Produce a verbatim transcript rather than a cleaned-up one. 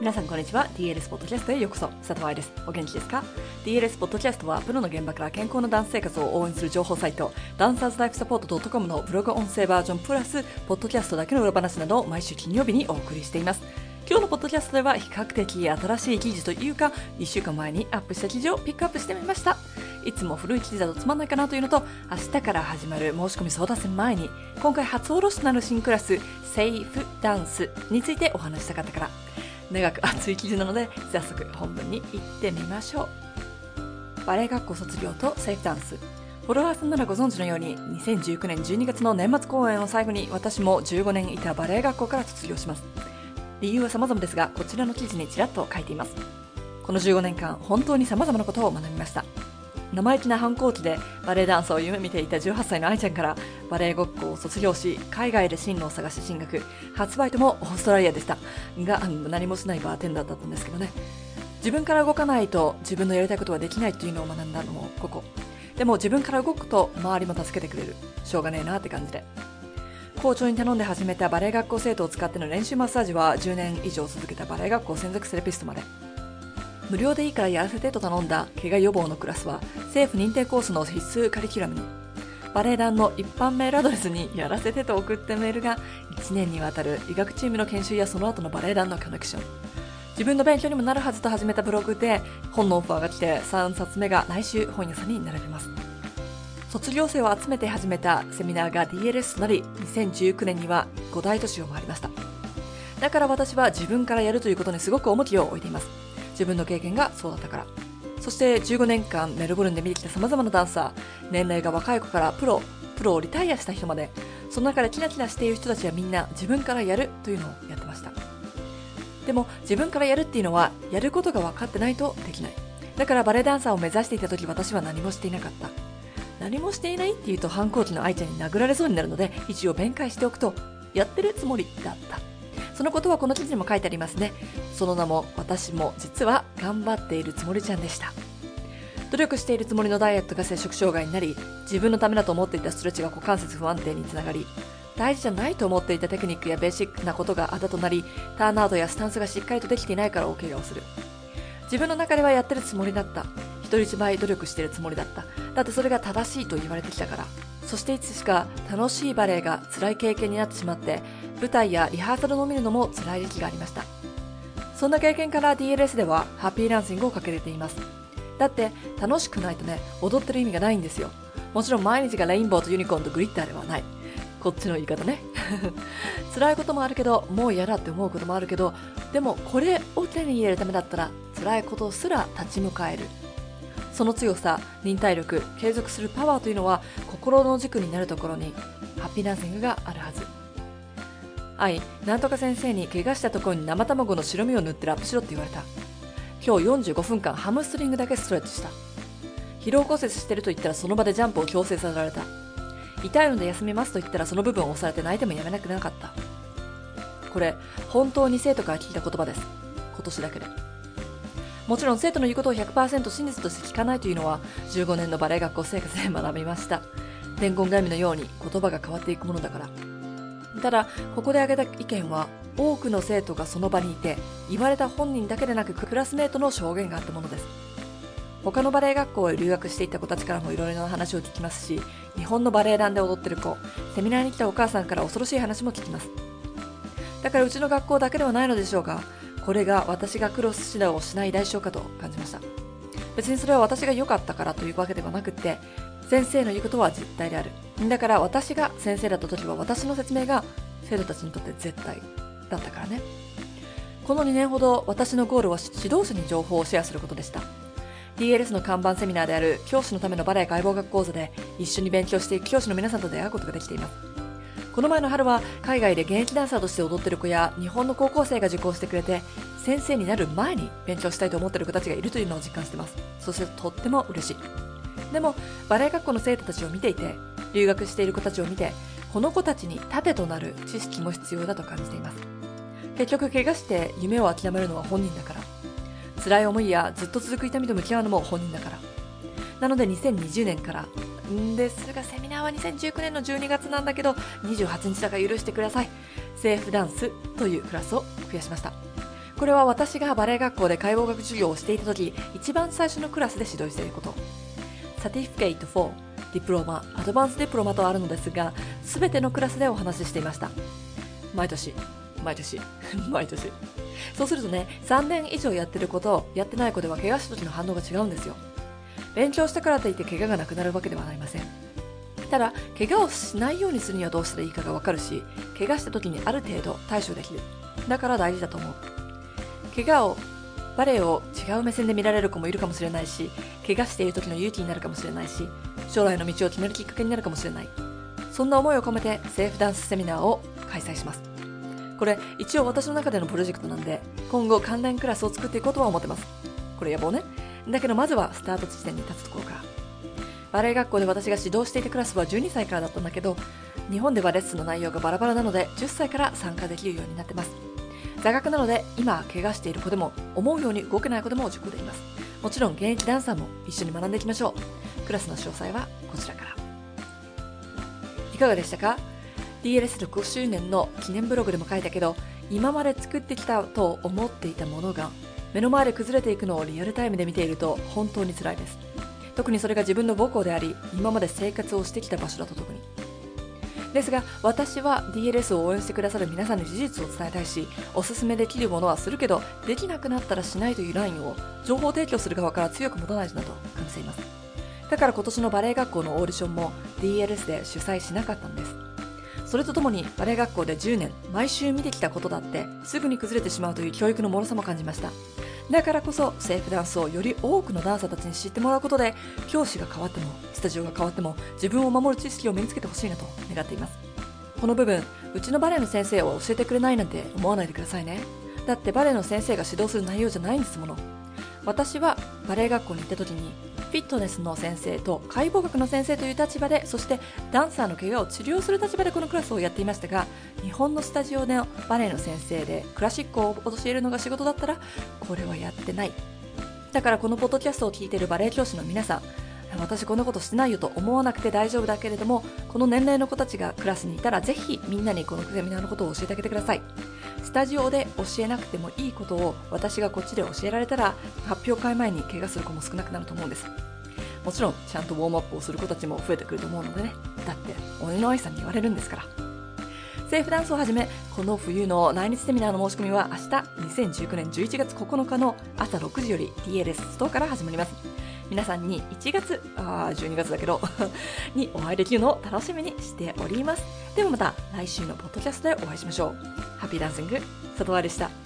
皆さんこんにちは。 ディーエルエス ポッドキャストへようこそ。佐藤愛です。お元気ですか？ ディーエルエス ポッドキャストはプロの現場から健康なダンス生活を応援する情報サイトダンサーズライフサポート .com のブログ音声バージョンプラスポッドキャストだけの裏話などを毎週金曜日にお送りしています。今日のポッドキャストでは比較的新しい記事というかいっしゅうかんまえにアップした記事をピックアップしてみました。いつも古い記事だとつまんないかなというのと、明日から始まる申し込み争奪戦前に今回初おろしとなる新クラスセーフダンスについてお話したかったから、長く熱い記事なので早速本文に行ってみましょう。バレエ学校卒業とセーフダンス。フォロワーさんならご存知のようににせんじゅうきゅうねんじゅうにがつの年末公演を最後に私もじゅうごねんいたバレエ学校から卒業します。理由は様々ですが、こちらの記事にちらっと書いています。このじゅうごねんかん本当に様々なことを学びました。生意気な反抗期でバレエダンサーを夢見ていたじゅうはっさいの愛ちゃんからバレエ学校を卒業し、海外で進路を探し進学、初バイトもオーストラリアでしたが、何もしないバーテンダーだったんですけどね。自分から動かないと自分のやりたいことはできないというのを学んだのもここでも、自分から動くと周りも助けてくれる。しょうがねえなって感じで、校長に頼んで始めたバレエ学校生徒を使っての練習マッサージはじゅうねん以上続けたバレエ学校専属セラピストまで。無料でいいからやらせてと頼んだ怪我予防のクラスは政府認定コースの必須カリキュラムに。バレエ団の一般メールアドレスにやらせてと送ったメールがいちねんにわたる医学チームの研修やその後のバレエ団のコネクション。自分の勉強にもなるはずと始めたブログで本のオファーが来てさんさつめが来週本屋さんに並びます。卒業生を集めて始めたセミナーが ディーエルエス となり、にせんじゅうきゅうねんにはごだい都市を回りました。だから私は自分からやるということにすごく重きを置いています。自分の経験がそうだったから。そしてじゅうごねんかんメルボルンで見てきた様々なダンサー、年齢が若い子からプロ、プロをリタイアした人まで、その中でキラキラしている人たちはみんな自分からやるというのをやってました。でも自分からやるっていうのはやることが分かってないとできない。だからバレエダンサーを目指していた時、私は何もしていなかった。何もしていないっていうと反抗期の愛ちゃんに殴られそうになるので、一応弁解しておくと、やってるつもりだった。そのことはこの記事にも書いてありますね。その名も、私も実は頑張っているつもりちゃんでした。努力しているつもりのダイエットが摂食障害になり、自分のためだと思っていたストレッチが股関節不安定につながり、大事じゃないと思っていたテクニックやベーシックなことがあだとなり、ターンアウトやスタンスがしっかりとできていないから大怪我をする。自分の中ではやってるつもりだった。人一倍努力しているつもりだった。だってそれが正しいと言われてきたから。そしていつしか楽しいバレエが辛い経験になってしまって、舞台やリハーサルを見るのも辛い時期がありました。そんな経験から ディーエルエス ではハッピーダンシングを掲げています。だって楽しくないとね、踊ってる意味がないんですよ。もちろん毎日がレインボーとユニコーンとグリッターではない。こっちの言い方ね。辛いこともあるけど、もう嫌だって思うこともあるけど、でもこれを手に入れるためだったら辛いことすら立ち向かえる。その強さ、忍耐力、継続するパワーというのは心の軸になるところにハッピーダンシングがあるはず。愛、なんとか先生に怪我したところに生卵の白身を塗ってラップしろって言われた。今日よんじゅうごふんかんハムストリングだけストレッチした。疲労骨折してると言ったらその場でジャンプを強制させられた。痛いので休みますと言ったらその部分を押されて泣いてもやめなくなかった。これ本当に生徒から聞いた言葉です。今年だけで。もちろん生徒の言うことを ひゃくパーセント 真実として聞かないというのはじゅうごねんのバレエ学校生活で学びました。伝言紙のように言葉が変わっていくものだから。ただここで挙げた意見は多くの生徒がその場にいて、言われた本人だけでなくクラスメートの証言があったものです。他のバレエ学校へ留学していった子たちからもいろいろな話を聞きますし、日本のバレエ団で踊ってる子、セミナーに来たお母さんから恐ろしい話も聞きます。だからうちの学校だけではないのでしょうが、これが私がクロス指導をしない代償かと感じました。別にそれは私が良かったからというわけではなくって、先生の言うことは実態である。だから私が先生だった時は私の説明が生徒たちにとって絶対だったからね。このにねんほど私のゴールは指導者に情報をシェアすることでした。ディーエルエス の看板セミナーである教師のためのバレエ解剖学講座で一緒に勉強していく教師の皆さんと出会うことができています。この前の春は海外で現役ダンサーとして踊ってる子や日本の高校生が受講してくれて、先生になる前に勉強したいと思っている子たちがいるというのを実感しています。そしてとっても嬉しい。でもバレエ学校の生徒たちを見ていて、留学している子たちを見て、この子たちに盾となる知識も必要だと感じています。結局怪我して夢を諦めるのは本人だから。辛い思いやずっと続く痛みと向き合うのも本人だから。なのでにせんにじゅうねんからんですが、セミナーはにせんじゅうきゅうねんのじゅうにがつなんだけどにじゅうはちにちだから許してください。セーフダンスというクラスを増やしました。 これは私がバレエ学校で解剖学授業をしていた時、一番最初のクラスで指導していること。サティフィケイトフォー、ディプローマ、アドバンスディプローマとあるのですが、すべてのクラスでお話ししていました。毎年、毎年、毎年。そうするとね、さんねん以上やってる子とやってない子では怪我した時の反応が違うんですよ。勉強したからといって怪我がなくなるわけではありません。ただ、怪我をしないようにするにはどうしたらいいかがわかるし、怪我した時にある程度対処できる。だから大事だと思う。怪我を、バレエを違う目線で見られる子もいるかもしれないし、怪我している時の勇気になるかもしれないし、将来の道を決めるきっかけになるかもしれない。そんな思いを込めてセーフダンスセミナーを開催します。これ一応私の中でのプロジェクトなんで、今後関連クラスを作っていこうとは思ってます。これ野望ね。だけどまずはスタート地点に立つところから。バレエ学校で私が指導していたクラスはじゅうにさいからだったんだけど、日本ではレッスンの内容がバラバラなのでじゅっさいから参加できるようになってます。座学なので今怪我している子でも思うように動けない子でも受講できます。もちろん現役ダンサーも一緒に学んでいきましょう。クラスの詳細はこちらから。いかがでしたか？ ディーエルエスろくしゅうねんの記念ブログでも書いたけど、今まで作ってきたと思っていたものが目の前で崩れていくのをリアルタイムで見ていると本当に辛いです。特にそれが自分の母校であり、今まで生活をしてきた場所だと特に。ですが私は ディーエルエス を応援してくださる皆さんに事実を伝えたいし、おすすめできるものはするけどできなくなったらしないというラインを情報提供する側から強く持たないとなと感じています。だから今年のバレエ学校のオーディションも ディーエルエス で主催しなかったんです。それとともにバレエ学校でじゅうねん毎週見てきたことだってすぐに崩れてしまうという教育の脆さも感じました。だからこそセーフダンスをより多くのダンサーたちに知ってもらうことで、教師が変わってもスタジオが変わっても自分を守る知識を身につけてほしいなと願っています。この部分、うちのバレエの先生を教えてくれないなんて思わないでくださいね。だってバレエの先生が指導する内容じゃないんですもの。私はバレエ学校に行った時にフィットネスの先生と解剖学の先生という立場で、そしてダンサーの怪我を治療する立場でこのクラスをやっていましたが、日本のスタジオでバレエの先生でクラシックを教えるのが仕事だったらこれはやってない。だからこのポッドキャストを聞いているバレエ教師の皆さん、私こんなことしてないよと思わなくて大丈夫だけれども、この年齢の子たちがクラスにいたらぜひみんなにこのセミナーのことを教えてあげてください。スタジオで教えなくてもいいことを私がこっちで教えられたら、発表会前に怪我する子も少なくなると思うんです。もちろんちゃんとウォームアップをする子たちも増えてくると思うのでね。だって鬼の愛さんに言われるんですから。セーフダンスをはじめこの冬の来日セミナーの申し込みは明日にせんじゅうきゅうねんじゅういちがつここのかの朝ろくじより ディーエルエス ストアから始まります。皆さんにいちがつ、あじゅうにがつだけどにお会いできるのを楽しみにしております。ではまた来週のポッドキャストでお会いしましょう。ハッピーダンシング、里和でした。